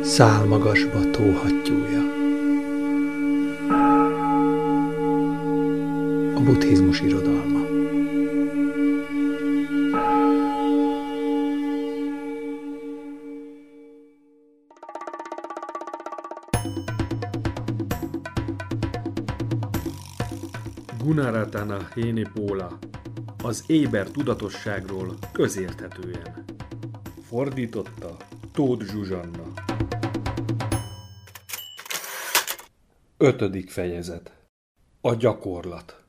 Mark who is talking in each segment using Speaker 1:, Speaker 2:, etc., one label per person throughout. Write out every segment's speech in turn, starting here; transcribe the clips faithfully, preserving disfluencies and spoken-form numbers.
Speaker 1: szálmagasba tóhattyúja. A buddhizmus irodalma.
Speaker 2: Gunaratana Hénipola, az éber tudatosságról közérthetően. Fordította Tóth Zsuzsanna. Ötödik fejezet. A gyakorlat.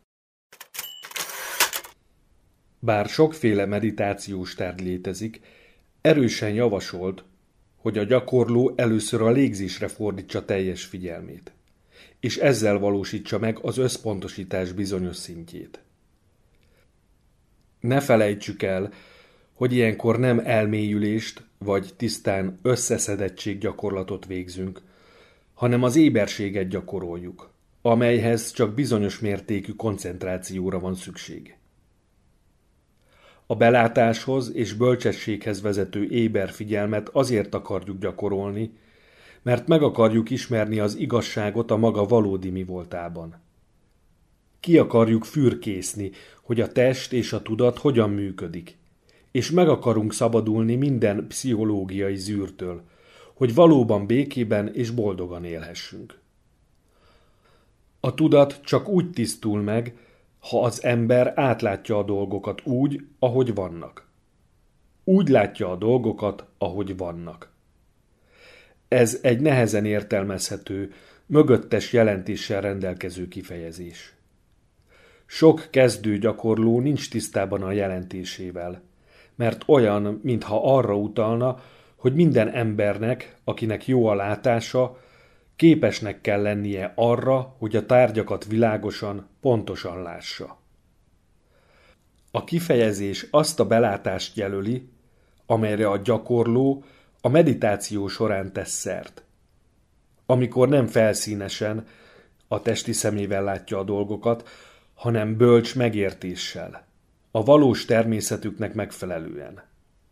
Speaker 2: Bár sokféle meditációs tárgy létezik, erősen javasolt, hogy a gyakorló először a légzésre fordítsa teljes figyelmét, és ezzel valósítsa meg az összpontosítás bizonyos szintjét. Ne felejtsük el, hogy ilyenkor nem elmélyülést vagy tisztán összeszedettség gyakorlatot végzünk, hanem az éberséget gyakoroljuk, amelyhez csak bizonyos mértékű koncentrációra van szükség. A belátáshoz és bölcsességhez vezető éber figyelmet azért akarjuk gyakorolni, mert meg akarjuk ismerni az igazságot a maga valódi mi voltában. Ki akarjuk fürkészni, hogy a test és a tudat hogyan működik, és meg akarunk szabadulni minden pszichológiai zűrtől, hogy valóban békében és boldogan élhessünk. A tudat csak úgy tisztul meg, ha az ember átlátja a dolgokat úgy, ahogy vannak. Úgy látja a dolgokat, ahogy vannak. Ez egy nehezen értelmezhető, mögöttes jelentéssel rendelkező kifejezés. Sok kezdő gyakorló nincs tisztában a jelentésével, mert olyan, mintha arra utalna, hogy minden embernek, akinek jó a látása, képesnek kell lennie arra, hogy a tárgyakat világosan, pontosan lássa. A kifejezés azt a belátást jelöli, amelyre a gyakorló a meditáció során tesz szert. Amikor nem felszínesen, a testi szemével látja a dolgokat, hanem bölcs megértéssel, a valós természetüknek megfelelően.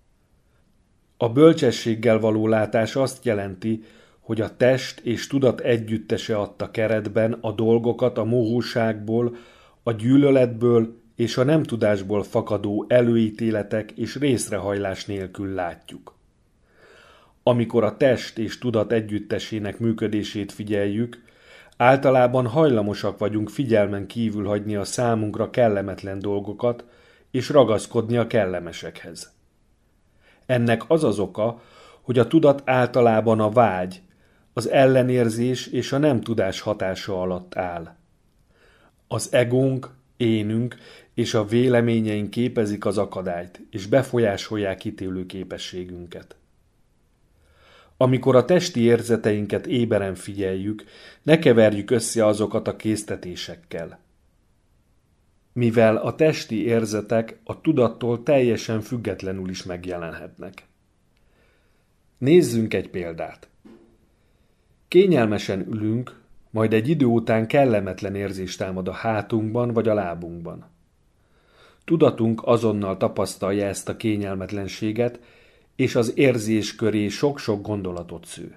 Speaker 2: A bölcsességgel való látás azt jelenti, hogy a test és tudat együttese adta keretben a dolgokat a mohóságból, a gyűlöletből és a nem tudásból fakadó előítéletek és részrehajlás nélkül látjuk. Amikor a test és tudat együttesének működését figyeljük, általában hajlamosak vagyunk figyelmen kívül hagyni a számunkra kellemetlen dolgokat, és ragaszkodni a kellemesekhez. Ennek az az oka, hogy a tudat általában a vágy, az ellenérzés és a nem tudás hatása alatt áll. Az egónk, énünk és a véleményeink képezik az akadályt, és befolyásolják ítélő képességünket. Amikor a testi érzeteinket éberen figyeljük, ne keverjük össze azokat a késztetésekkel. Mivel a testi érzetek a tudattól teljesen függetlenül is megjelenhetnek. Nézzünk egy példát. Kényelmesen ülünk, majd egy idő után kellemetlen érzés támad a hátunkban vagy a lábunkban. Tudatunk azonnal tapasztalja ezt a kényelmetlenséget, és az érzés köré sok-sok gondolatot sző.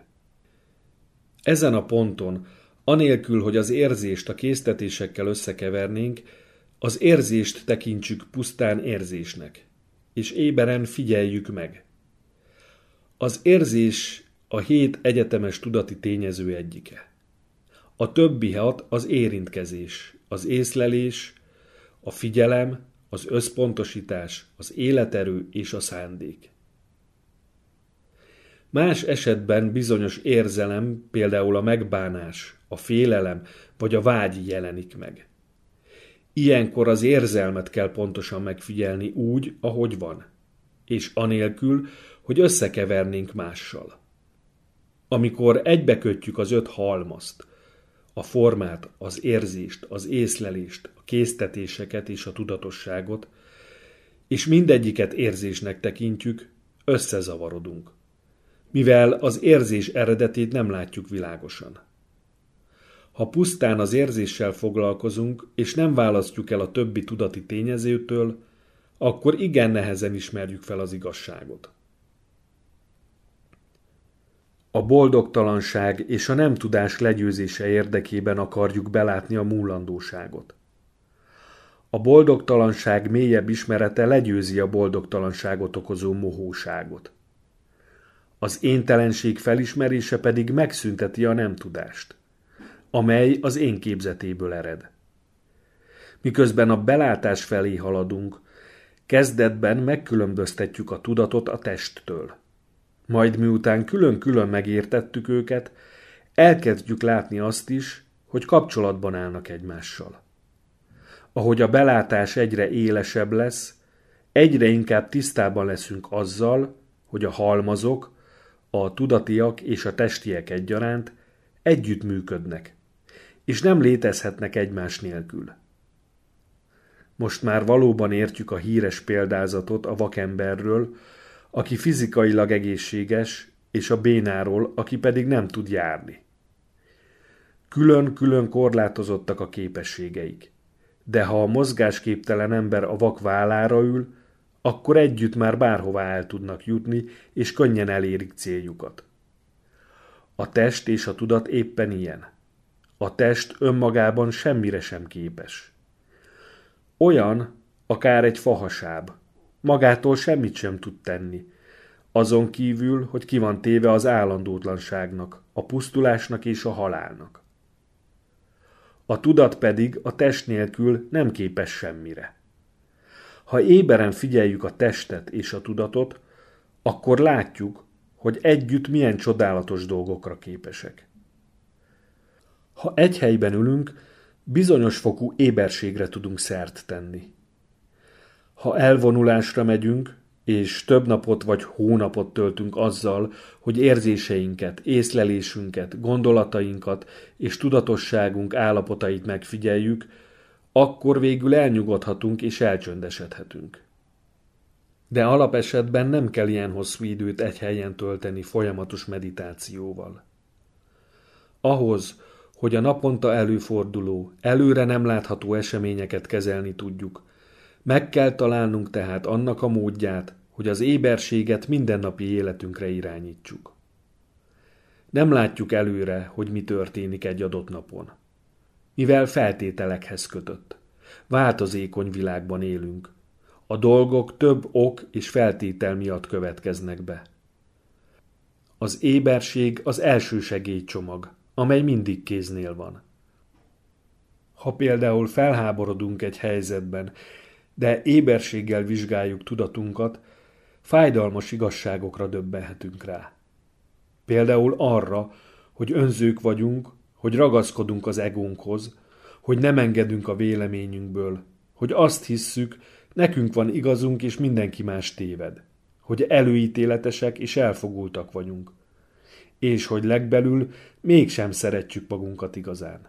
Speaker 2: Ezen a ponton, anélkül, hogy az érzést a késztetésekkel összekevernénk, az érzést tekintsük pusztán érzésnek, és éberen figyeljük meg. Az érzés a hét egyetemes tudati tényező egyike. A többi hat az érintkezés, az észlelés, a figyelem, az összpontosítás, az életerő és a szándék. Más esetben bizonyos érzelem, például a megbánás, a félelem vagy a vágy jelenik meg. Ilyenkor az érzelmet kell pontosan megfigyelni úgy, ahogy van, és anélkül, hogy összekevernénk mással. Amikor egybekötjük az öt halmazt, a formát, az érzést, az észlelést, a késztetéseket és a tudatosságot, és mindegyiket érzésnek tekintjük, összezavarodunk, mivel az érzés eredetét nem látjuk világosan. Ha pusztán az érzéssel foglalkozunk, és nem választjuk el a többi tudati tényezőtől, akkor igen nehezen ismerjük fel az igazságot. A boldogtalanság és a nem tudás legyőzése érdekében akarjuk belátni a múlandóságot. A boldogtalanság mélyebb ismerete legyőzi a boldogtalanságot okozó mohóságot. Az éntelenség felismerése pedig megszünteti a nem tudást, amely az én képzetéből ered. Miközben a belátás felé haladunk, kezdetben megkülönböztetjük a tudatot a testtől. Majd miután külön-külön megértettük őket, elkezdjük látni azt is, hogy kapcsolatban állnak egymással. Ahogy a belátás egyre élesebb lesz, egyre inkább tisztában leszünk azzal, hogy a halmazok, a tudatiak és a testiek egyaránt együtt működnek, és nem létezhetnek egymás nélkül. Most már valóban értjük a híres példázatot a vakemberről, aki fizikailag egészséges, és a bénáról, aki pedig nem tud járni. Külön-külön korlátozottak a képességeik, de ha a mozgásképtelen ember a vak vállára ül, akkor együtt már bárhová el tudnak jutni, és könnyen elérik céljukat. A test és a tudat éppen ilyen. A test önmagában semmire sem képes. Olyan, akár egy fahasáb, magától semmit sem tud tenni, azon kívül, hogy ki van téve az állandótlanságnak, a pusztulásnak és a halálnak. A tudat pedig a test nélkül nem képes semmire. Ha éberen figyeljük a testet és a tudatot, akkor látjuk, hogy együtt milyen csodálatos dolgokra képesek. Ha egy helyben ülünk, bizonyos fokú éberségre tudunk szert tenni. Ha elvonulásra megyünk, és több napot vagy hónapot töltünk azzal, hogy érzéseinket, észlelésünket, gondolatainkat és tudatosságunk állapotait megfigyeljük, akkor végül elnyugodhatunk és elcsöndesedhetünk. De alapesetben nem kell ilyen hosszú időt egy helyen tölteni folyamatos meditációval. Ahhoz, hogy a naponta előforduló, előre nem látható eseményeket kezelni tudjuk, meg kell találnunk tehát annak a módját, hogy az éberséget mindennapi életünkre irányítsuk. Nem látjuk előre, hogy mi történik egy adott napon. Mivel feltételekhez kötött. Változékony világban élünk. A dolgok több ok és feltétel miatt következnek be. Az éberség az első segélycsomag, amely mindig kéznél van. Ha például felháborodunk egy helyzetben, de éberséggel vizsgáljuk tudatunkat, fájdalmas igazságokra döbbenhetünk rá. Például arra, hogy önzők vagyunk, hogy ragaszkodunk az egónkhoz, hogy nem engedünk a véleményünkből, hogy azt hisszük, nekünk van igazunk és mindenki más téved, hogy előítéletesek és elfogultak vagyunk, és hogy legbelül mégsem szeretjük magunkat igazán.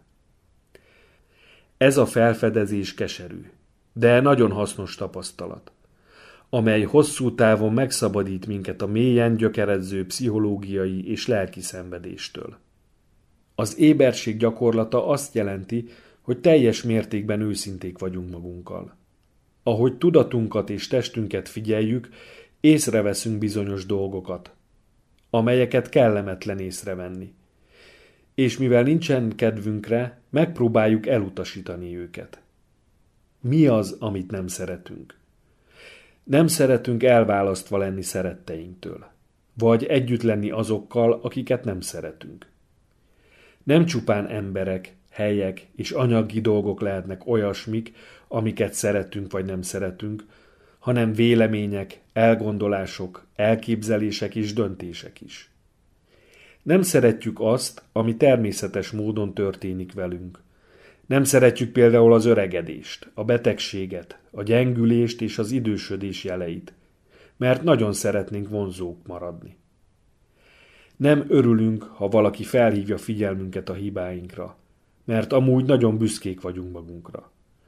Speaker 2: Ez a felfedezés keserű, de nagyon hasznos tapasztalat, amely hosszú távon megszabadít minket a mélyen gyökeredző pszichológiai és lelki szenvedéstől. Az éberség gyakorlata azt jelenti, hogy teljes mértékben őszinték vagyunk magunkkal. Ahogy tudatunkat és testünket figyeljük, észreveszünk bizonyos dolgokat, amelyeket kellemetlen észrevenni. És mivel nincsen kedvünkre, megpróbáljuk elutasítani őket. Mi az, amit nem szeretünk? Nem szeretünk elválasztva lenni szeretteinktől, vagy együtt lenni azokkal, akiket nem szeretünk. Nem csupán emberek, helyek és anyagi dolgok lehetnek olyasmik, amiket szeretünk vagy nem szeretünk, hanem vélemények, elgondolások, elképzelések és döntések is. Nem szeretjük azt, ami természetes módon történik velünk. Nem szeretjük például az öregedést, a betegséget, a gyengülést és az idősödés jeleit, mert nagyon szeretnénk vonzók maradni. Nem örülünk, ha valaki felhívja figyelmünket a hibáinkra, mert amúgy nagyon büszkék vagyunk magunkra.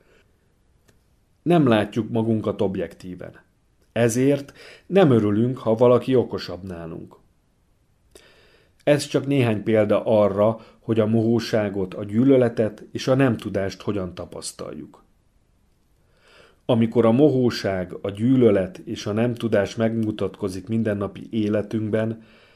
Speaker 2: Nem látjuk magunkat objektíven. Ezért nem örülünk, ha valaki okosabb nálunk. Ez csak néhány példa arra, hogy a mohóságot, a gyűlöletet és a nem tudást hogyan tapasztaljuk. Amikor a mohóság, a gyűlölet és a nem tudás megmutatkozik mindennapi életünkben,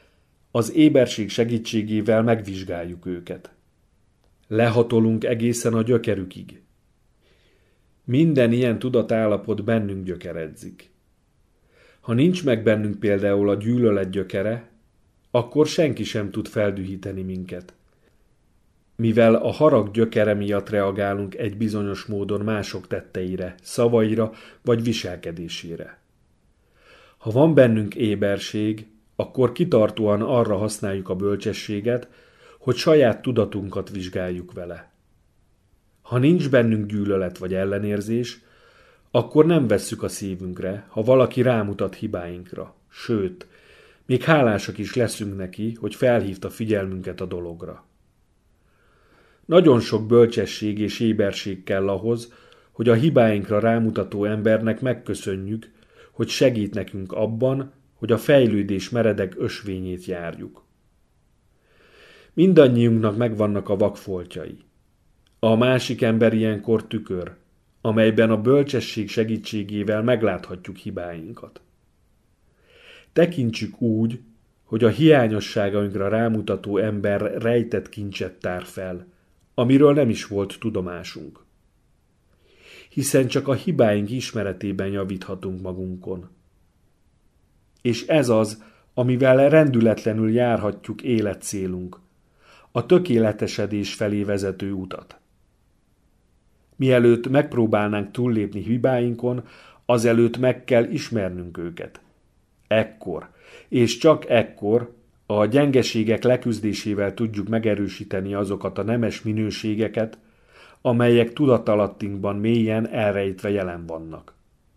Speaker 2: Az éberség segítségével megvizsgáljuk őket. Lehatolunk egészen a gyökerükig. Minden ilyen tudatállapot bennünk gyökeredzik. Ha nincs meg bennünk például a gyűlölet gyökere, akkor senki sem tud feldühíteni minket. Mivel a harag gyökere miatt reagálunk egy bizonyos módon mások tetteire, szavaira vagy viselkedésére. Ha van bennünk éberség, akkor kitartóan arra használjuk a bölcsességet, hogy saját tudatunkat vizsgáljuk vele. Ha nincs bennünk gyűlölet vagy ellenérzés, akkor nem vesszük a szívünkre, ha valaki rámutat hibáinkra, sőt, még hálásak is leszünk neki, hogy felhívta figyelmünket a dologra. Nagyon sok bölcsesség és éberség kell ahhoz, hogy a hibáinkra rámutató embernek megköszönjük, hogy segít nekünk abban, hogy a fejlődés meredek ösvényét járjuk. Mindannyiunknak megvannak a vakfoltjai. A másik ember ilyenkor tükör, amelyben a bölcsesség segítségével megláthatjuk hibáinkat. Tekintsük úgy, hogy a hiányosságainkra rámutató ember rejtett kincset tár fel, amiről nem is volt tudomásunk. Hiszen csak a hibáink ismeretében javíthatunk magunkon. És ez az, amivel rendületlenül járhatjuk életcélunk, a tökéletesedés felé vezető utat. Mielőtt megpróbálnánk túllépni hibáinkon, azelőtt meg kell ismernünk őket. Ekkor, és csak ekkor a gyengeségek leküzdésével tudjuk megerősíteni azokat a nemes minőségeket, amelyek tudatalattinkban mélyen elrejtve jelen vannak.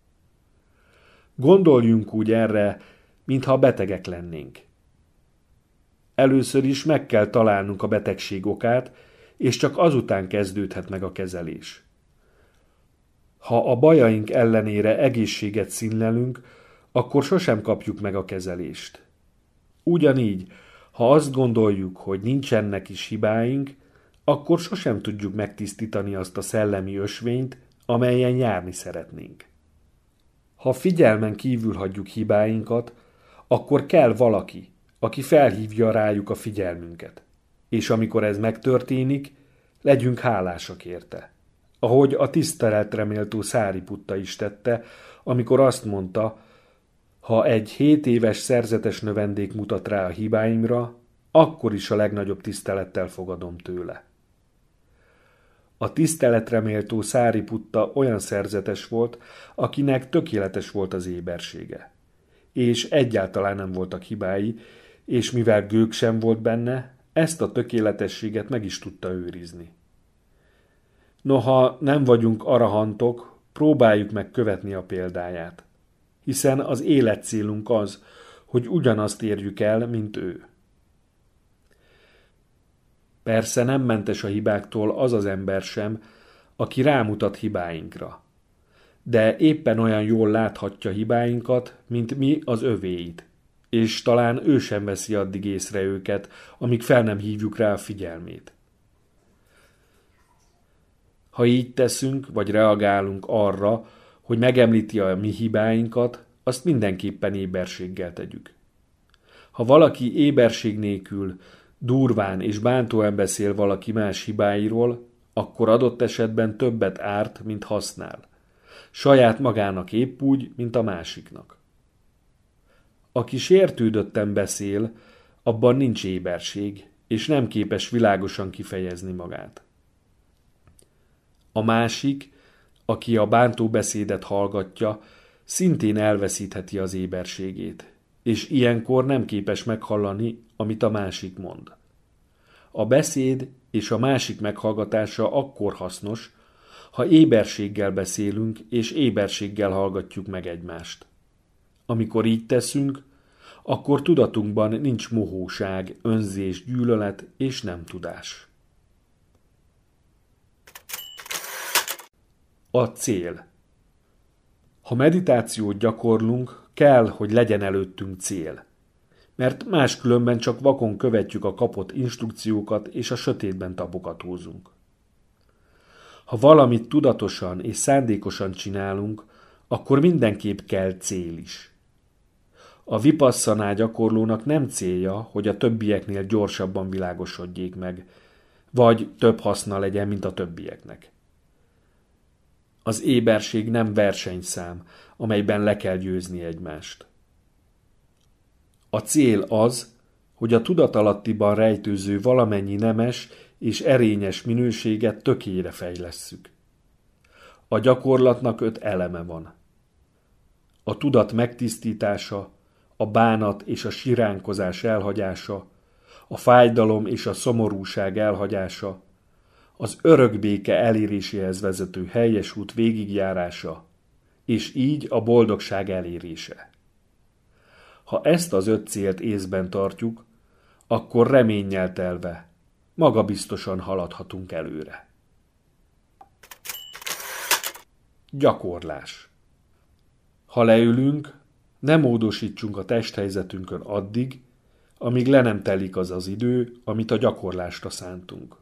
Speaker 2: Gondoljunk úgy erre, mintha betegek lennénk. Először is meg kell találnunk a betegség okát, és csak azután kezdődhet meg a kezelés. Ha a bajaink ellenére egészséget színlelünk, akkor sosem kapjuk meg a kezelést. Ugyanígy, ha azt gondoljuk, hogy nincsenek is hibáink, akkor sosem tudjuk megtisztítani azt a szellemi ösvényt, amelyen járni szeretnénk. Ha figyelmen kívül hagyjuk hibáinkat, akkor kell valaki, aki felhívja rájuk a figyelmünket. És amikor ez megtörténik, legyünk hálásak érte. Ahogy a tiszteletre méltó Száriputta is tette, amikor azt mondta, ha egy hét éves szerzetes növendék mutat rá a hibáimra, akkor is a legnagyobb tisztelettel fogadom tőle. A tiszteletre méltó Száriputta olyan szerzetes volt, akinek tökéletes volt az ébersége. És egyáltalán nem voltak hibái, és mivel gőg sem volt benne, ezt a tökéletességet meg is tudta őrizni. Noha nem vagyunk arahantok, próbáljuk meg követni a példáját, hiszen az életcélunk az, hogy ugyanazt érjük el, mint ő. Persze nem mentes a hibáktól az az ember sem, aki rámutat hibáinkra, de éppen olyan jól láthatja hibáinkat, mint mi az övéit, és talán ő sem veszi addig észre őket, amíg fel nem hívjuk rá a figyelmét. Ha így teszünk, vagy reagálunk arra, hogy megemlíti a mi hibáinkat, azt mindenképpen éberséggel tegyük. Ha valaki éberség nélkül durván és bántóan beszél valaki más hibáiról, akkor adott esetben többet árt, mint használ. Saját magának épp úgy, mint a másiknak. Aki sértődötten beszél, abban nincs éberség, és nem képes világosan kifejezni magát. A másik, aki a bántó beszédet hallgatja, szintén elveszítheti az éberségét, és ilyenkor nem képes meghallani, amit a másik mond. A beszéd és a másik meghallgatása akkor hasznos, ha éberséggel beszélünk és éberséggel hallgatjuk meg egymást. Amikor így teszünk, akkor tudatunkban nincs mohóság, önzés, gyűlölet és nem tudás. A cél. Ha meditációt gyakorlunk, kell, hogy legyen előttünk cél. Mert máskülönben csak vakon követjük a kapott instrukciókat, és a sötétben tapogatózunk. Ha valamit tudatosan és szándékosan csinálunk, akkor mindenképp kell cél is. A vipassaná gyakorlónak nem célja, hogy a többieknél gyorsabban világosodjék meg, vagy több haszna legyen, mint a többieknek. Az éberség nem versenyszám, amelyben le kell győzni egymást. A cél az, hogy a tudatalattiban rejtőző valamennyi nemes és erényes minőséget tökére fejlesszük. A gyakorlatnak öt eleme van. A tudat megtisztítása, a bánat és a siránkozás elhagyása, a fájdalom és a szomorúság elhagyása, az örökbéke eléréséhez vezető helyes út végigjárása, és így a boldogság elérése. Ha ezt az öt célt észben tartjuk, akkor reménnyel telve, magabiztosan haladhatunk előre. Gyakorlás. Ha leülünk, ne módosítsunk a testhelyzetünkön addig, amíg le nem telik az az idő, amit a gyakorlásra szántunk.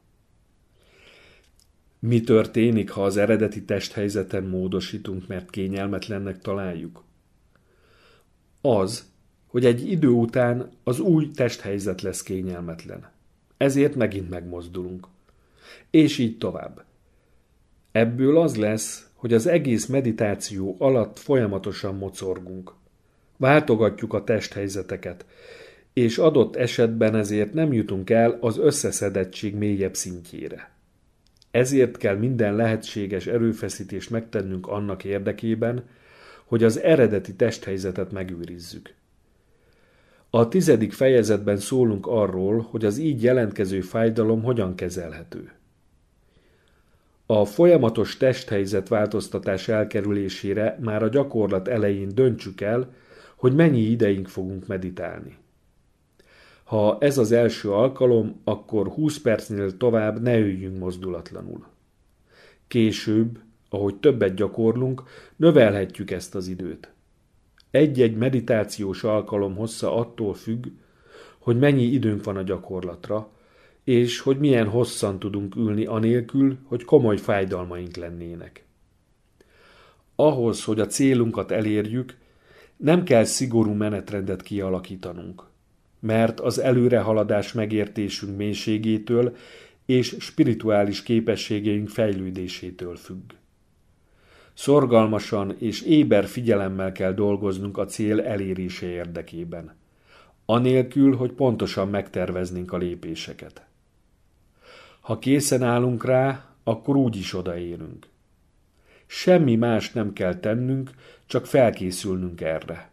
Speaker 2: Mi történik, ha az eredeti testhelyzeten módosítunk, mert kényelmetlennek találjuk? Az, hogy egy idő után az új testhelyzet lesz kényelmetlen. Ezért megint megmozdulunk. És így tovább. Ebből az lesz, hogy az egész meditáció alatt folyamatosan mocorgunk. Váltogatjuk a testhelyzeteket, és adott esetben ezért nem jutunk el az összeszedettség mélyebb szintjére. Ezért kell minden lehetséges erőfeszítést megtennünk annak érdekében, hogy az eredeti testhelyzetet megőrizzük. A tizedik fejezetben szólunk arról, hogy az így jelentkező fájdalom hogyan kezelhető. A folyamatos testhelyzet változtatás elkerülésére már a gyakorlat elején döntsük el, hogy mennyi ideig fogunk meditálni. Ha ez az első alkalom, akkor húsz percnél tovább ne üljünk mozdulatlanul. Később, ahogy többet gyakorlunk, növelhetjük ezt az időt. Egy-egy meditációs alkalom hossza attól függ, hogy mennyi időnk van a gyakorlatra, és hogy milyen hosszan tudunk ülni anélkül, hogy komoly fájdalmaink lennének. Ahhoz, hogy a célunkat elérjük, nem kell szigorú menetrendet kialakítanunk, mert az előrehaladás megértésünk mélységétől és spirituális képességeink fejlődésétől függ. Szorgalmasan és éber figyelemmel kell dolgoznunk a cél elérése érdekében, anélkül, hogy pontosan megterveznénk a lépéseket. Ha készen állunk rá, akkor úgyis odaérünk. Semmi más nem kell tennünk, csak felkészülnünk erre.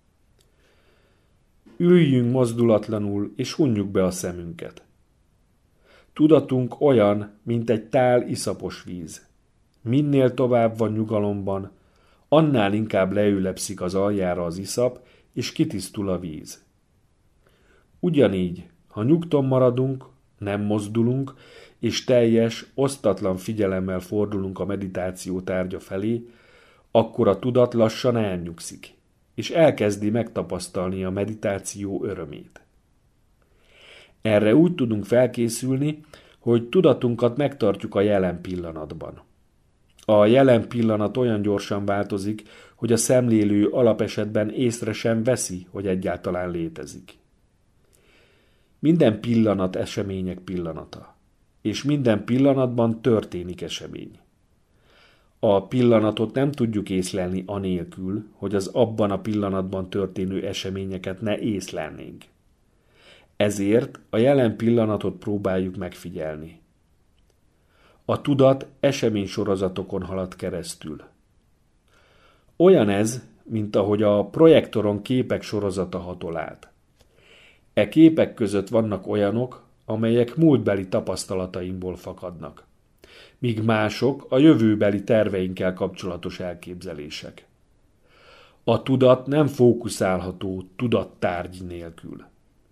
Speaker 2: Üljünk mozdulatlanul, és hunjuk be a szemünket. Tudatunk olyan, mint egy tál iszapos víz. Minél tovább van nyugalomban, annál inkább leülepszik az aljára az iszap, és kitisztul a víz. Ugyanígy, ha nyugton maradunk, nem mozdulunk, és teljes, osztatlan figyelemmel fordulunk a meditáció tárgya felé, akkor a tudat lassan elnyugszik, és elkezdi megtapasztalni a meditáció örömét. Erre úgy tudunk felkészülni, hogy tudatunkat megtartjuk a jelen pillanatban. A jelen pillanat olyan gyorsan változik, hogy a szemlélő alapesetben észre sem veszi, hogy egyáltalán létezik. Minden pillanat események pillanata, és minden pillanatban történik esemény. A pillanatot nem tudjuk észlelni anélkül, hogy az abban a pillanatban történő eseményeket ne észlelnénk. Ezért a jelen pillanatot próbáljuk megfigyelni. A tudat eseménysorozatokon halad keresztül. Olyan ez, mint ahogy a projektoron képek sorozata hatol át. E képek között vannak olyanok, amelyek múltbeli tapasztalatainkból fakadnak, míg mások a jövőbeli terveinkkel kapcsolatos elképzelések. A tudat nem fókuszálható tudattárgy nélkül.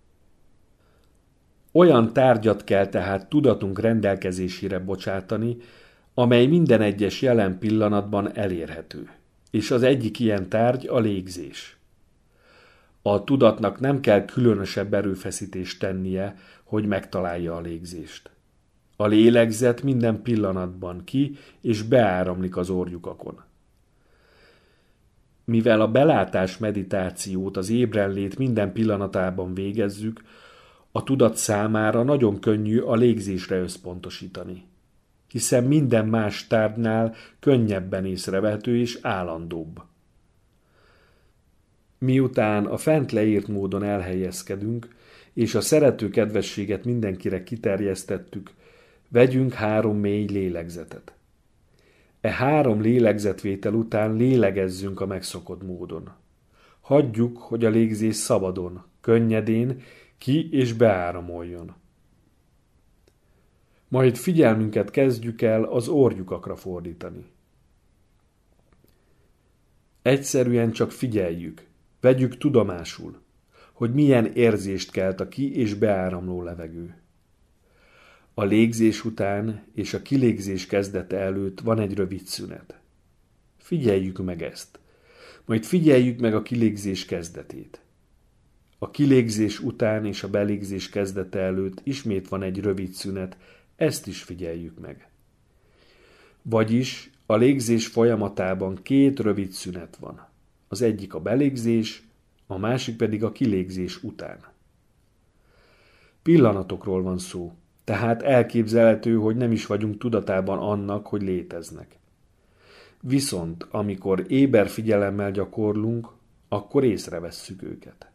Speaker 2: Olyan tárgyat kell tehát tudatunk rendelkezésére bocsátani, amely minden egyes jelen pillanatban elérhető, és az egyik ilyen tárgy a légzés. A tudatnak nem kell különösebb erőfeszítést tennie, hogy megtalálja a légzést. A lélegzet minden pillanatban ki és beáramlik az orrlyukakon. Mivel a belátás meditációt az ébrenlét minden pillanatában végezzük, a tudat számára nagyon könnyű a légzésre összpontosítani, hiszen minden más tárgynál könnyebben észrevehető és állandóbb. Miután a fent leírt módon elhelyezkedünk, és a szerető kedvességet mindenkire kiterjesztettük, vegyünk három mély lélegzetet. E három lélegzetvétel után lélegezzünk a megszokott módon. Hagyjuk, hogy a légzés szabadon, könnyedén ki- és beáramoljon. Majd figyelmünket kezdjük el az orrlyukakra fordítani. Egyszerűen csak figyeljük, vegyük tudomásul, hogy milyen érzést kelt a ki- és beáramló levegő. A légzés után és a kilégzés kezdete előtt van egy rövid szünet. Figyeljük meg ezt, majd figyeljük meg a kilégzés kezdetét. A kilégzés után és a belégzés kezdete előtt ismét van egy rövid szünet, ezt is figyeljük meg. Vagyis a légzés folyamatában két rövid szünet van. Az egyik a belégzés, a másik pedig a kilégzés után. Pillanatokról van szó, tehát elképzelhető, hogy nem is vagyunk tudatában annak, hogy léteznek. Viszont amikor éber figyelemmel gyakorlunk, akkor észrevesszük őket.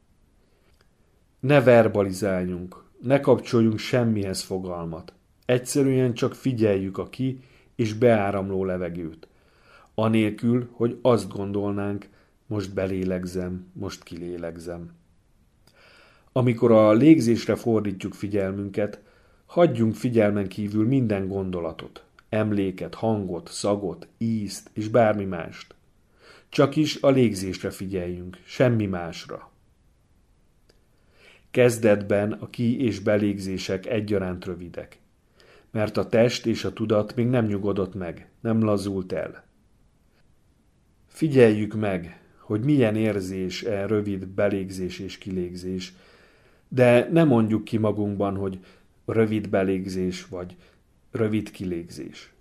Speaker 2: Ne verbalizáljunk, ne kapcsoljunk semmihez fogalmat. Egyszerűen csak figyeljük a ki- és beáramló levegőt. Anélkül, hogy azt gondolnánk, most belélegzem, most kilélegzem. Amikor a légzésre fordítjuk figyelmünket, hagyjunk figyelmen kívül minden gondolatot, emléket, hangot, szagot, ízt és bármi mást. Csak is a légzésre figyeljünk, semmi másra. Kezdetben a ki- és belégzések egyaránt rövidek, mert a test és a tudat még nem nyugodott meg, nem lazult el. Figyeljük meg, hogy milyen érzés e rövid belégzés és kilégzés, de ne mondjuk ki magunkban, hogy rövid belégzés vagy rövid kilégzés.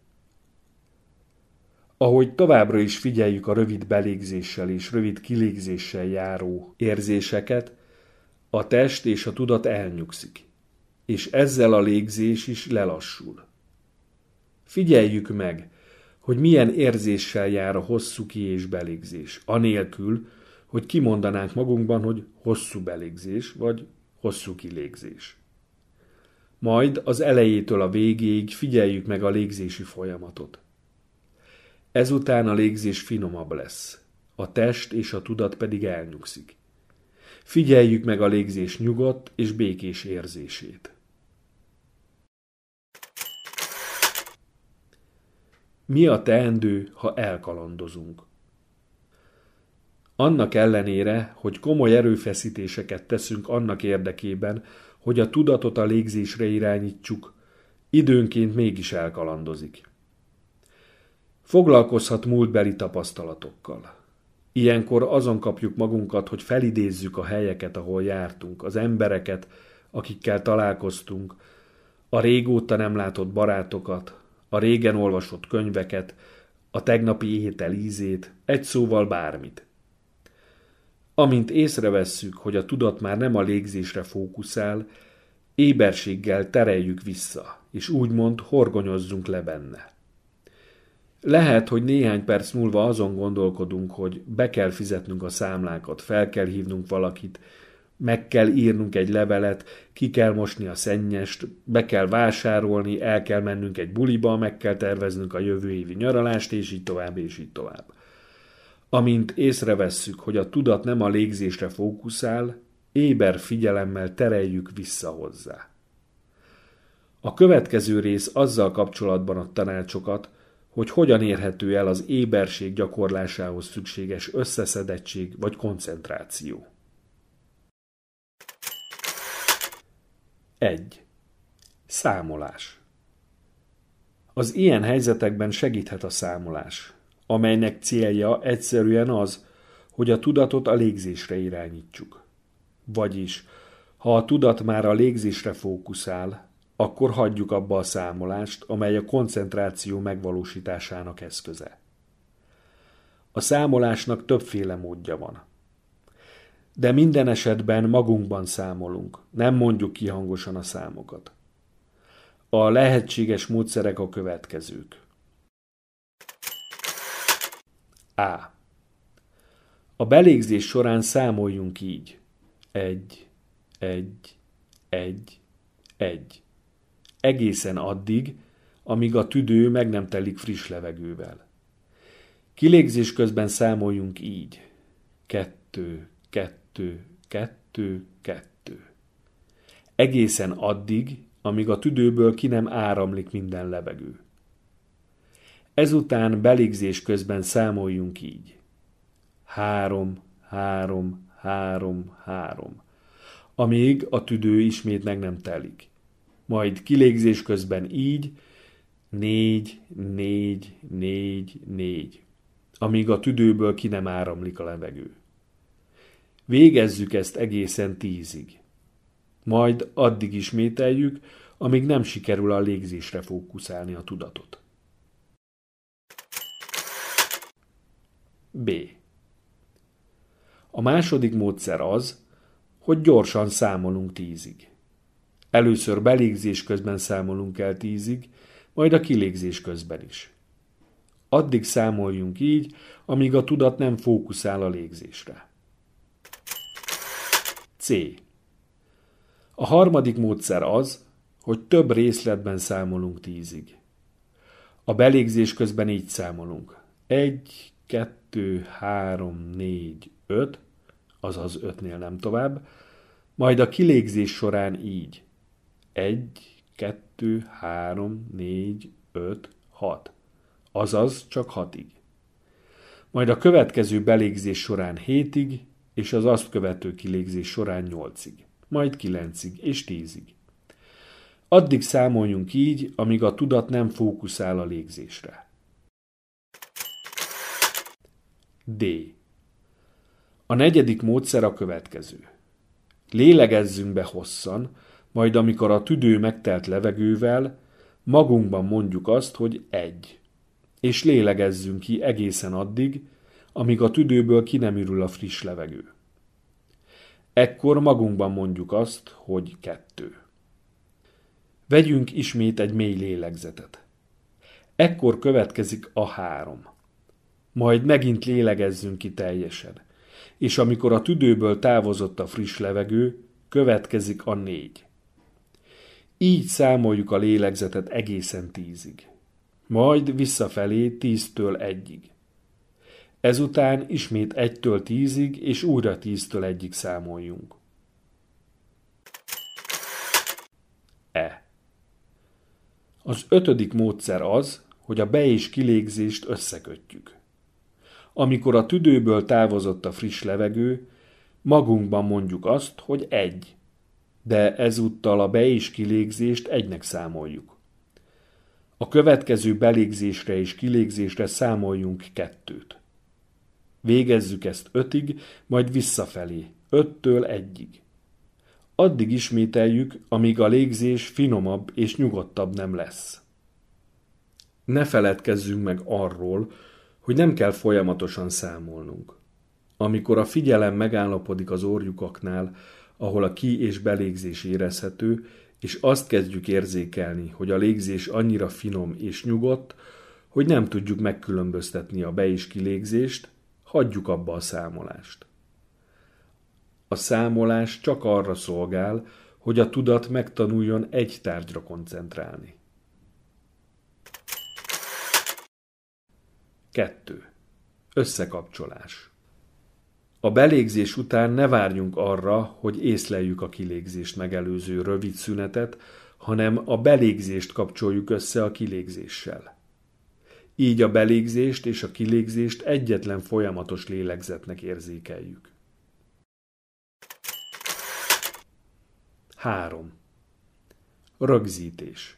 Speaker 2: Ahogy továbbra is figyeljük a rövid belégzéssel és rövid kilégzéssel járó érzéseket, a test és a tudat elnyugszik, és ezzel a légzés is lelassul. Figyeljük meg, hogy milyen érzéssel jár a hosszú ki- és belégzés, anélkül, hogy kimondanánk magunkban, hogy hosszú belégzés vagy hosszú kilégzés. Majd az elejétől a végéig figyeljük meg a légzési folyamatot. Ezután a légzés finomabb lesz, a test és a tudat pedig elnyugszik. Figyeljük meg a légzés nyugodt és békés érzését. Mi a teendő, ha elkalandozunk? Annak ellenére, hogy komoly erőfeszítéseket teszünk annak érdekében, hogy a tudatot a légzésre irányítsuk, időnként mégis elkalandozik. Foglalkozhat múltbeli tapasztalatokkal. Ilyenkor azon kapjuk magunkat, hogy felidézzük a helyeket, ahol jártunk, az embereket, akikkel találkoztunk, a régóta nem látott barátokat, a régen olvasott könyveket, a tegnapi étel ízét, egy szóval bármit. Amint észrevesszük, hogy a tudat már nem a légzésre fókuszál, éberséggel tereljük vissza, és úgymond horgonyozzunk le benne. Lehet, hogy néhány perc múlva azon gondolkodunk, hogy be kell fizetnünk a számlákat, fel kell hívnunk valakit, meg kell írnunk egy levelet, ki kell mosni a szennyest, be kell vásárolni, el kell mennünk egy buliba, meg kell terveznünk a jövő évi nyaralást, és így tovább, és így tovább. Amint észrevesszük, hogy a tudat nem a légzésre fókuszál, éber figyelemmel tereljük vissza hozzá. A következő rész azzal kapcsolatban ad tanácsokat, hogy hogyan érhető el az éberség gyakorlásához szükséges összeszedettség vagy koncentráció. egy. Számolás. Az ilyen helyzetekben segíthet a számolás, amelynek célja egyszerűen az, hogy a tudatot a légzésre irányítsuk. Vagyis, ha a tudat már a légzésre fókuszál, akkor hagyjuk abba a számolást, amely a koncentráció megvalósításának eszköze. A számolásnak többféle módja van. De minden esetben magunkban számolunk, nem mondjuk ki hangosan a számokat. A lehetséges módszerek a következők. A. A belégzés során számoljunk így. Egy, egy, egy, egy. Egészen addig, amíg a tüdő meg nem telik friss levegővel. Kilégzés közben számoljunk így. Kettő, kettő, kettő, kettő. Egészen addig, amíg a tüdőből ki nem áramlik minden levegő. Ezután belégzés közben számoljunk így. Három, három, három, három. Amíg a tüdő ismét meg nem telik. Majd kilégzés közben így, négy, négy, négy, négy. Amíg a tüdőből ki nem áramlik a levegő. Végezzük ezt egészen tízig. Majd addig ismételjük, amíg nem sikerül a légzésre fókuszálni a tudatot. B. A második módszer az, hogy gyorsan számolunk tízig. Először belégzés közben számolunk el tízig, majd a kilégzés közben is. Addig számoljunk így, amíg a tudat nem fókuszál a légzésre. C. A harmadik módszer az, hogy több részletben számolunk tízig. A belégzés közben így számolunk. Egy, kettő, három, négy, öt, azaz ötnél nem tovább, majd a kilégzés során így. Egy, kettő, három, négy, öt, hat, azaz csak hatig. Majd a következő belégzés során hétig, és az azt követő kilégzés során nyolcig, majd kilencig és tízig. Addig számoljunk így, amíg a tudat nem fókuszál a légzésre. D. A negyedik módszer a következő. Lélegezzünk be hosszan, majd amikor a tüdő megtelt levegővel, magunkban mondjuk azt, hogy egy, és lélegezzünk ki egészen addig, amíg a tüdőből ki nem ürül a friss levegő. Ekkor magunkban mondjuk azt, hogy kettő. Vegyünk ismét egy mély lélegzetet. Ekkor következik a három. Majd megint lélegezzünk ki teljesen, és amikor a tüdőből távozott a friss levegő, következik a négy. Így számoljuk a lélegzetet egészen tízig. Majd visszafelé tíztől egyig. Ezután ismét egytől tízig, és újra tíztől egyig számoljunk. E. Az ötödik módszer az, hogy a be- és kilégzést összekötjük. Amikor a tüdőből távozott a friss levegő, magunkban mondjuk azt, hogy egy, de ezúttal a be- és kilégzést egynek számoljuk. A következő belégzésre és kilégzésre számoljunk kettőt. Végezzük ezt ötig, majd visszafelé, öttől egyig. Addig ismételjük, amíg a légzés finomabb és nyugodtabb nem lesz. Ne feledkezzünk meg arról, hogy nem kell folyamatosan számolnunk. Amikor a figyelem megállapodik az orrlyukaknál, ahol a ki- és belégzés érezhető, és azt kezdjük érzékelni, hogy a légzés annyira finom és nyugodt, hogy nem tudjuk megkülönböztetni a be- és kilégzést, hagyjuk abba a számolást. A számolás csak arra szolgál, hogy a tudat megtanuljon egy tárgyra koncentrálni. kettő. Összekapcsolás. A belégzés után ne várjunk arra, hogy észleljük a kilégzést megelőző rövid szünetet, hanem a belégzést kapcsoljuk össze a kilégzéssel. Így a belégzést és a kilégzést egyetlen folyamatos lélegzetnek érzékeljük. három. Rögzítés.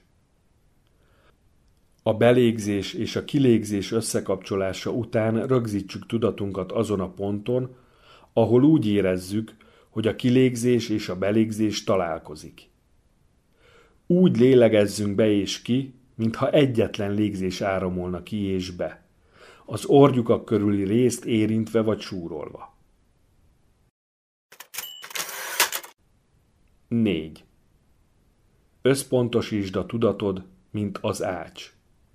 Speaker 2: A belégzés és a kilégzés összekapcsolása után rögzítsük tudatunkat azon a ponton, ahol úgy érezzük, hogy a kilégzés és a belégzés találkozik. Úgy lélegezzünk be és ki, mintha egyetlen légzés áramolna ki és be. az orrjukak körüli részt érintve vagy súrolva. négy. Összpontosítsd a tudatod, mint az ács.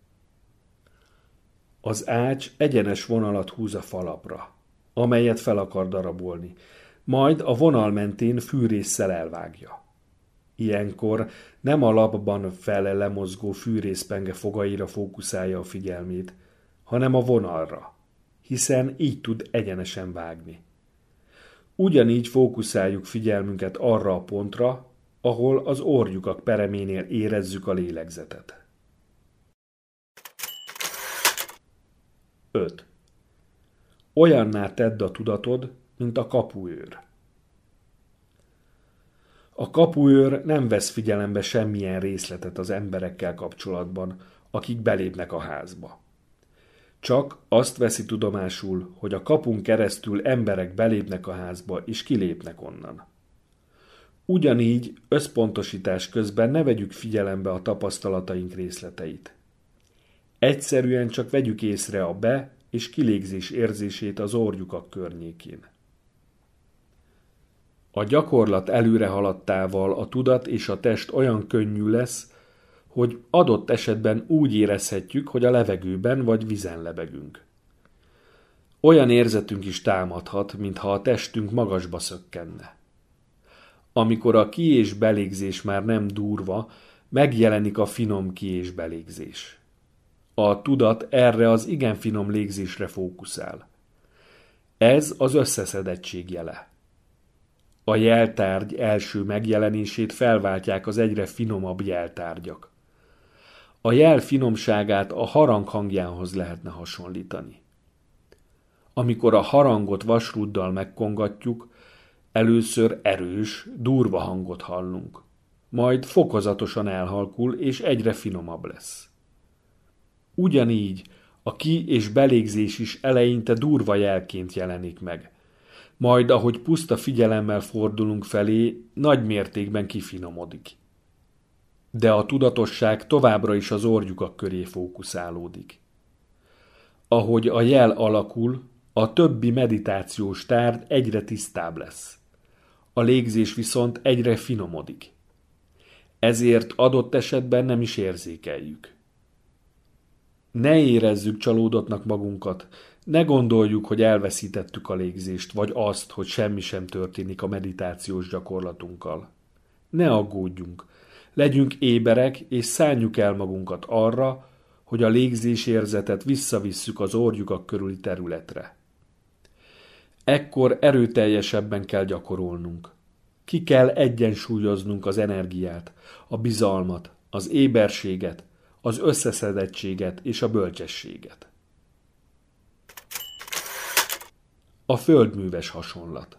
Speaker 2: Az ács egyenes vonalat húz a falapra, amelyet fel akar darabolni, majd a vonal mentén fűrésszel elvágja. Ilyenkor nem a lapban fele lemozgó fűrészpenge fogaira fókuszálja a figyelmét, hanem a vonalra, hiszen így tud egyenesen vágni. Ugyanígy fókuszáljuk figyelmünket arra a pontra, ahol az orrjukak pereménél érezzük a lélegzetet. öt. Olyanná tedd a tudatod, mint a kapuőr. A kapuőr nem vesz figyelembe semmilyen részletet az emberekkel kapcsolatban, akik belépnek a házba. Csak azt veszi tudomásul, hogy a kapun keresztül emberek belépnek a házba és kilépnek onnan. Ugyanígy összpontosítás közben ne vegyük figyelembe a tapasztalataink részleteit. Egyszerűen csak vegyük észre a be- és kilégzés érzését az orrjukak környékén. A gyakorlat előre haladtával a tudat és a test olyan könnyű lesz, hogy adott esetben úgy érezhetjük, hogy a levegőben vagy vízen lebegünk. Olyan érzetünk is támadhat, mintha a testünk magasba szökkenne. Amikor a ki- és belégzés már nem durva, megjelenik a finom ki- és belégzés. A tudat erre az igen finom légzésre fókuszál. Ez az összeszedettség jele. A jeltárgy első megjelenését felváltják az egyre finomabb jeltárgyak. A jel finomságát a harang hangjához lehetne hasonlítani. Amikor a harangot vasrúddal megkongatjuk, először erős, durva hangot hallunk, majd fokozatosan elhalkul és egyre finomabb lesz. Ugyanígy a ki- és belégzés is eleinte durva jelként jelenik meg, majd ahogy puszta figyelemmel fordulunk felé, nagy mértékben kifinomodik. De a tudatosság továbbra is az orrjukak köré fókuszálódik. Ahogy a jel alakul, a többi meditációs tárgy egyre tisztább lesz. A légzés viszont egyre finomodik. Ezért adott esetben nem is érzékeljük. Ne érezzük csalódottnak magunkat, ne gondoljuk, hogy elveszítettük a légzést, vagy azt, hogy semmi sem történik a meditációs gyakorlatunkkal. Ne aggódjunk, legyünk éberek, és szánjuk el magunkat arra, hogy a légzésérzetet visszavisszük az orrjukak körüli területre. Ekkor erőteljesebben kell gyakorolnunk. Ki kell egyensúlyoznunk az energiát, a bizalmat, az éberséget, az összeszedettséget és a bölcsességet. A földműves hasonlat.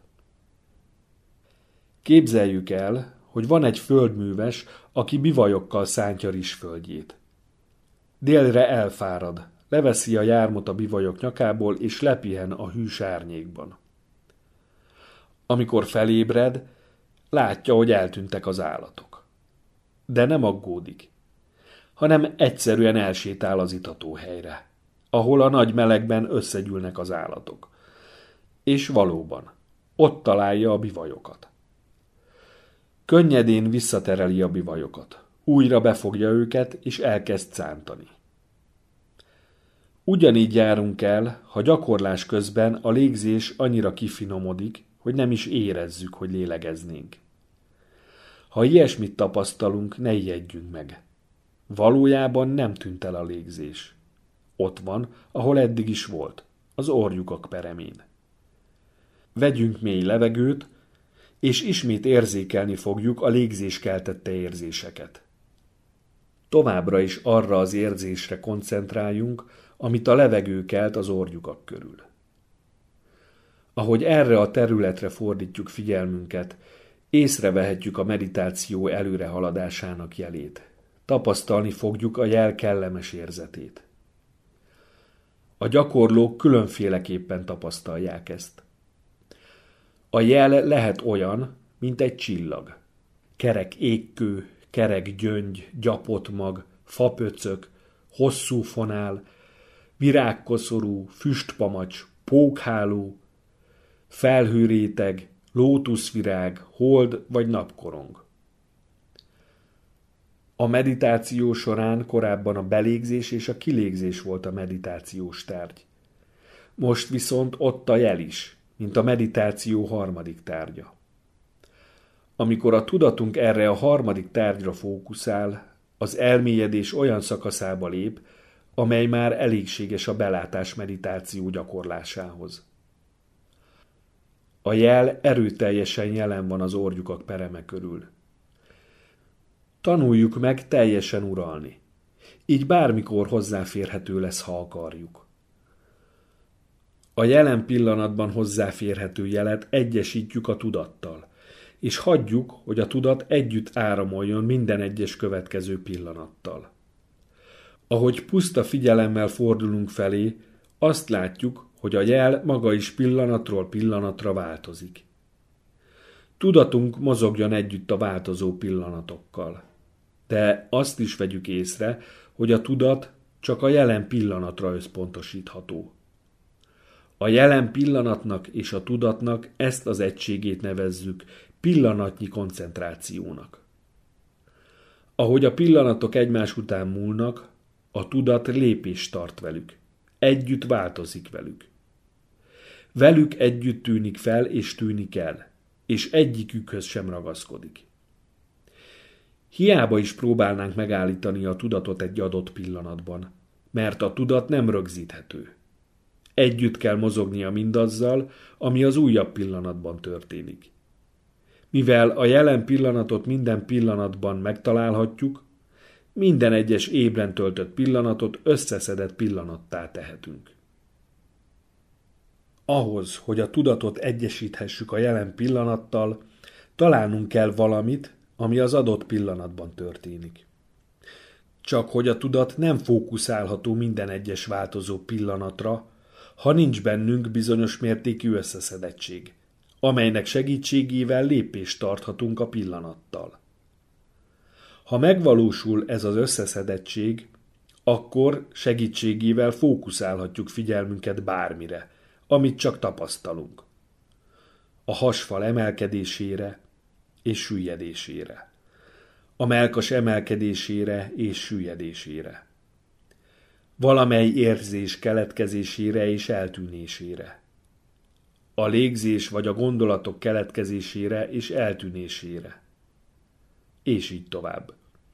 Speaker 2: Képzeljük el, hogy van egy földműves, aki bivajokkal szántja rizsföldjét. Délre elfárad, leveszi a jármot a bivajok nyakából, és lepihen a hűs árnyékban. Amikor felébred, látja, hogy eltűntek az állatok. De nem aggódik, hanem egyszerűen elsétál az itatóhelyre, ahol a nagy melegben összegyűlnek az állatok. És valóban, ott találja a bivajokat. Könnyedén visszatereli a bivajokat, újra befogja őket, és elkezd szántani. Ugyanígy járunk el, ha gyakorlás közben a légzés annyira kifinomodik, hogy nem is érezzük, hogy lélegeznénk. Ha ilyesmit tapasztalunk, ne ijedjünk meg. Valójában nem tűnt el a légzés. Ott van, ahol eddig is volt, az orrjukak peremén. Vegyünk mély levegőt, és ismét érzékelni fogjuk a légzés keltette érzéseket. Továbbra is arra az érzésre koncentráljunk, amit a levegő kelt az orrjukak körül. Ahogy erre a területre fordítjuk figyelmünket, észrevehetjük a meditáció előrehaladásának jelét. Tapasztalni fogjuk a jel kellemes érzetét. A gyakorlók különféleképpen tapasztalják ezt. A jel lehet olyan, mint egy csillag. Kerek égkő, kerek gyöngy, gyapott mag, fapöcök, hosszú fonál, virágkoszorú, füstpamacs, pókháló, felhőréteg, lótuszvirág, hold vagy napkorong. A meditáció során korábban a belégzés és a kilégzés volt a meditációs tárgy. Most viszont ott a jel is, mint a meditáció harmadik tárgya. Amikor a tudatunk erre a harmadik tárgyra fókuszál, az elmélyedés olyan szakaszába lép, amely már elégséges a belátás meditáció gyakorlásához. A jel erőteljesen jelen van az orrlyukak pereme körül. Tanuljuk meg teljesen uralni. Így bármikor hozzáférhető lesz, ha akarjuk. A jelen pillanatban hozzáférhető jelet egyesítjük a tudattal, és hagyjuk, hogy a tudat együtt áramoljon minden egyes következő pillanattal. Ahogy puszta figyelemmel fordulunk felé, azt látjuk, hogy a jel maga is pillanatról pillanatra változik. Tudatunk mozogjon együtt a változó pillanatokkal. De azt is vegyük észre, hogy a tudat csak a jelen pillanatra összpontosítható. A jelen pillanatnak és a tudatnak ezt az egységét nevezzük pillanatnyi koncentrációnak. Ahogy a pillanatok egymás után múlnak, a tudat lépést tart velük. Együtt változik velük. Velük együtt tűnik fel és tűnik el, és egyikükhöz sem ragaszkodik. Hiába is próbálnánk megállítani a tudatot egy adott pillanatban, mert a tudat nem rögzíthető. Együtt kell mozognia mindazzal, ami az újabb pillanatban történik. Mivel a jelen pillanatot minden pillanatban megtalálhatjuk, minden egyes ébren töltött pillanatot összeszedett pillanattá tehetünk. Ahhoz, hogy a tudatot egyesíthessük a jelen pillanattal, találnunk kell valamit, ami az adott pillanatban történik. Csak hogy a tudat nem fókuszálható minden egyes változó pillanatra, ha nincs bennünk bizonyos mértékű összeszedettség, amelynek segítségével lépést tarthatunk a pillanattal. Ha megvalósul ez az összeszedettség, akkor segítségével fókuszálhatjuk figyelmünket bármire, amit csak tapasztalunk. A hasfal emelkedésére és süllyedésére. A mellkas emelkedésére és süllyedésére. Valamely érzés keletkezésére és eltűnésére. A légzés vagy a gondolatok keletkezésére és eltűnésére. És így tovább.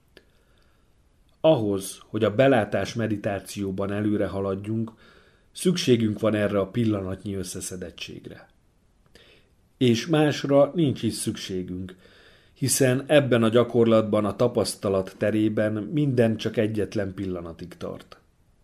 Speaker 2: Ahhoz, hogy a belátás meditációban előre haladjunk, szükségünk van erre a pillanatnyi összeszedettségre. És másra nincs is szükségünk, hiszen ebben a gyakorlatban a tapasztalat terében minden csak egyetlen pillanatig tart.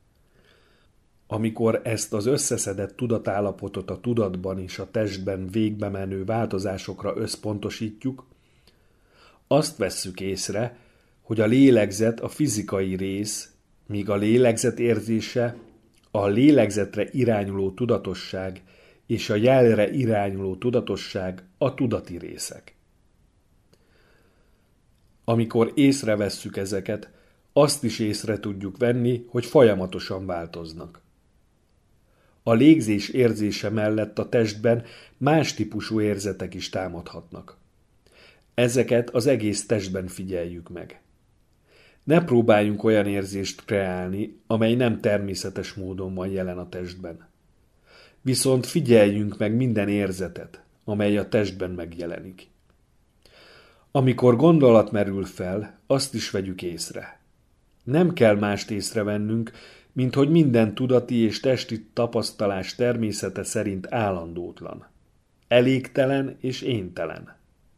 Speaker 2: Amikor ezt az összeszedett tudatállapotot a tudatban és a testben végbe menő változásokra összpontosítjuk, azt vesszük észre, hogy a lélegzet a fizikai rész, míg a lélegzet érzése, a lélegzetre irányuló tudatosság és a jelre irányuló tudatosság a tudati részek. Amikor észrevesszük ezeket, azt is észre tudjuk venni, hogy folyamatosan változnak. A légzés érzése mellett a testben más típusú érzetek is támadhatnak. Ezeket az egész testben figyeljük meg. Ne próbáljunk olyan érzést kreálni, amely nem természetes módon van jelen a testben. Viszont figyeljünk meg minden érzetet, amely a testben megjelenik. Amikor gondolat merül fel, azt is vegyük észre. Nem kell mást észrevennünk, mint hogy minden tudati és testi tapasztalás természete szerint állandótlan, elégtelen és éntelen.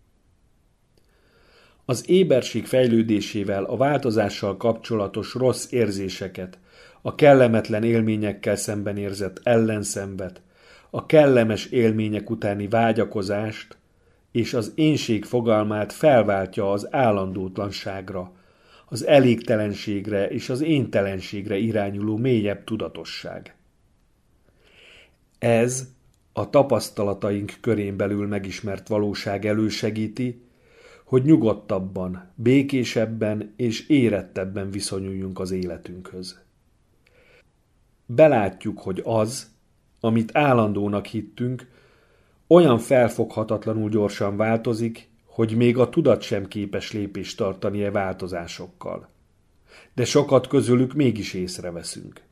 Speaker 2: Az éberség fejlődésével a változással kapcsolatos rossz érzéseket, a kellemetlen élményekkel szemben érzett ellenszenvet, a kellemes élmények utáni vágyakozást és az énség fogalmát felváltja az állandótlanságra, az elégtelenségre és az éntelenségre irányuló mélyebb tudatosság. Ez a tapasztalataink körén belül megismert valóság elősegíti, hogy nyugodtabban, békésebben és érettebben viszonyuljunk az életünkhöz. belátjuk, hogy az, amit állandónak hittünk, olyan felfoghatatlanul gyorsan változik, hogy még a tudat sem képes lépést tartani e változásokkal. De sokat közülük mégis észreveszünk.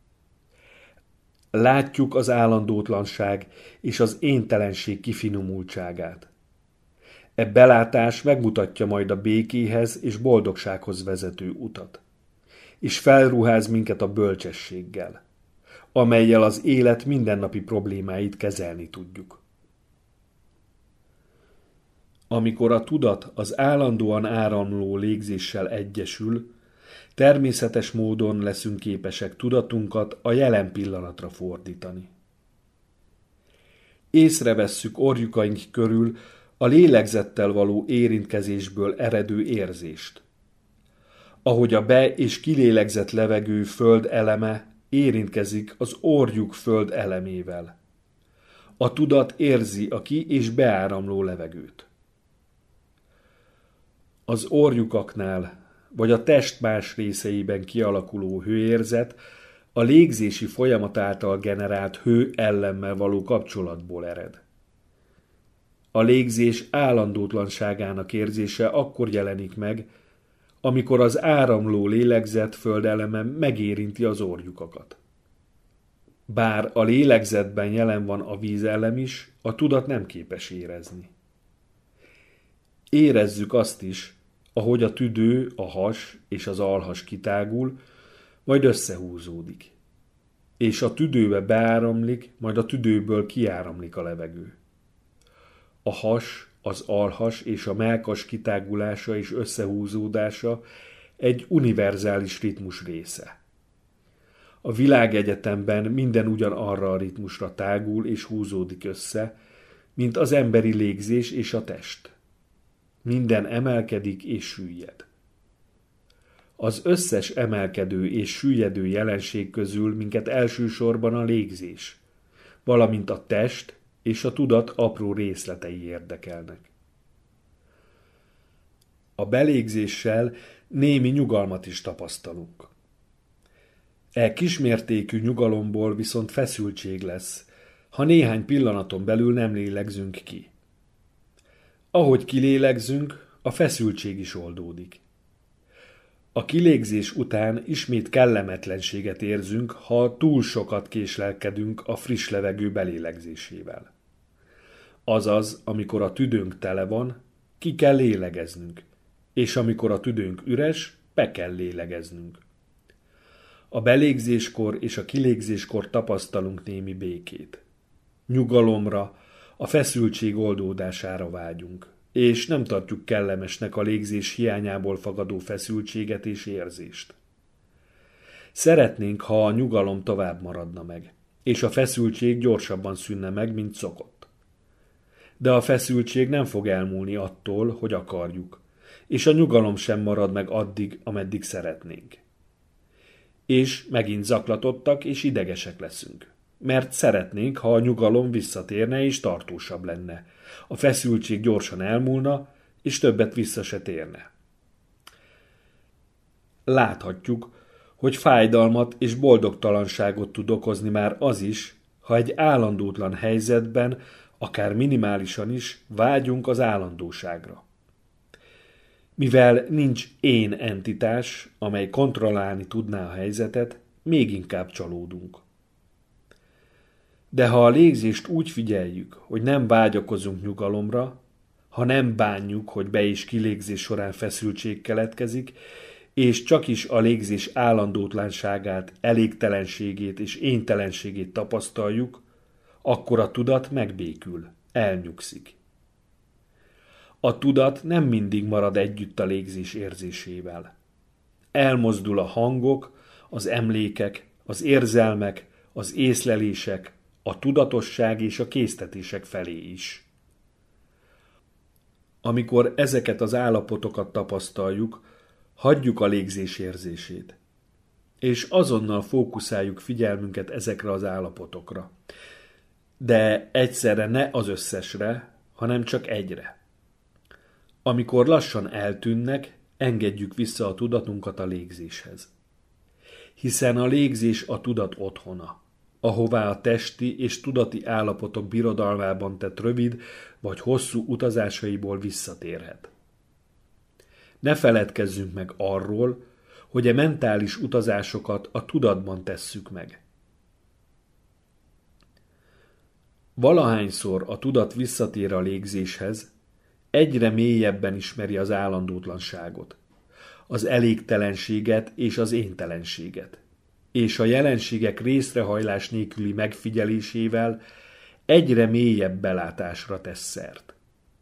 Speaker 2: Látjuk az állandótlanság és az éntelenség kifinomultságát. E belátás megmutatja majd a békéhez és boldogsághoz vezető utat, és felruház minket a bölcsességgel, amellyel az élet mindennapi problémáit kezelni tudjuk. Amikor a tudat az állandóan áramló légzéssel egyesül, természetes módon leszünk képesek tudatunkat a jelen pillanatra fordítani. Észrevesszük orjukaink körül a lélegzettel való érintkezésből eredő érzést. Ahogy a be- és kilélegzett levegő föld eleme érintkezik az orrjuk föld elemével. A tudat érzi a ki- és beáramló levegőt. Az orrjukaknál vagy a test más részeiben kialakuló hőérzet a légzési folyamat által generált hő ellemmel való kapcsolatból ered. A légzés állandótlanságának érzése akkor jelenik meg, amikor az áramló lélegzet földeleme megérinti az orrjukakat. Bár a lélegzetben jelen van a vízellem is, a tudat nem képes érezni. Érezzük azt is, ahogy a tüdő, a has és az alhas kitágul, majd összehúzódik, és a tüdőbe beáramlik, majd a tüdőből kiáramlik a levegő. A has, az alhas és a mellkas kitágulása és összehúzódása egy univerzális ritmus része. A világegyetemben minden ugyanarra a ritmusra tágul és húzódik össze, mint az emberi légzés és a test. Minden emelkedik és süllyed. Az összes emelkedő és süllyedő jelenség közül minket elsősorban a légzés, valamint a test és a tudat apró részletei érdekelnek. A belégzéssel némi nyugalmat is tapasztalunk. E kismértékű nyugalomból viszont feszültség lesz, ha néhány pillanaton belül nem lélegzünk ki. Ahogy kilélegzünk, a feszültség is oldódik. A kilégzés után ismét kellemetlenséget érzünk, ha túl sokat késlelkedünk a friss levegő belélegzésével. Azaz, amikor a tüdőnk tele van, ki kell lélegeznünk, és amikor a tüdőnk üres, be kell lélegeznünk. A belégzéskor és a kilégzéskor tapasztalunk némi békét. Nyugalomra, a feszültség oldódására vágyunk, és nem tartjuk kellemesnek a légzés hiányából fakadó feszültséget és érzést. Szeretnénk, ha a nyugalom tovább maradna meg, és a feszültség gyorsabban szűnne meg, mint szokott. De a feszültség nem fog elmúlni attól, hogy akarjuk, és a nyugalom sem marad meg addig, ameddig szeretnénk. És megint zaklatottak és idegesek leszünk, mert szeretnénk, ha a nyugalom visszatérne és tartósabb lenne. A feszültség gyorsan elmúlna, és többet vissza se térne. Láthatjuk, hogy fájdalmat és boldogtalanságot tud okozni már az is, ha egy állandótlan helyzetben, akár minimálisan is vágyunk az állandóságra. Mivel nincs én entitás, amely kontrollálni tudná a helyzetet, még inkább csalódunk. De ha a légzést úgy figyeljük, hogy nem vágyakozunk nyugalomra, ha nem bánjuk, hogy be- és kilégzés során feszültség keletkezik, és csak is a légzés állandótlanságát, elégtelenségét és éntelenségét tapasztaljuk, akkor a tudat megbékül, elnyugszik. A tudat nem mindig marad együtt a légzés érzésével. Elmozdul a hangok, az emlékek, az érzelmek, az észlelések, a tudatosság és a késztetések felé is. Amikor ezeket az állapotokat tapasztaljuk, hagyjuk a légzés érzését, és azonnal fókuszáljuk figyelmünket ezekre az állapotokra. De egyszerre ne az összesre, hanem csak egyre. Amikor lassan eltűnnek, engedjük vissza a tudatunkat a légzéshez. hiszen a légzés a tudat otthona, ahová a testi és tudati állapotok birodalmában tett rövid vagy hosszú utazásaiból visszatérhet. Ne feledkezzünk meg arról, hogy a mentális utazásokat a tudatban tesszük meg. Valahányszor a tudat visszatér a légzéshez, egyre mélyebben ismeri az állandótlanságot, az elégtelenséget és az éntelenséget, és a jelenségek részrehajlás nélküli megfigyelésével egyre mélyebb belátásra tesz szert.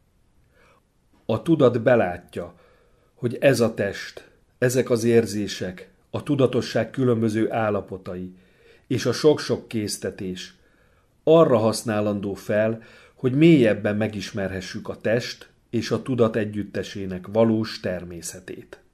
Speaker 2: A tudat belátja, hogy ez a test, ezek az érzések, a tudatosság különböző állapotai és a sok-sok késztetés arra használandó fel, hogy mélyebben megismerhessük a test és a tudat együttesének valós természetét.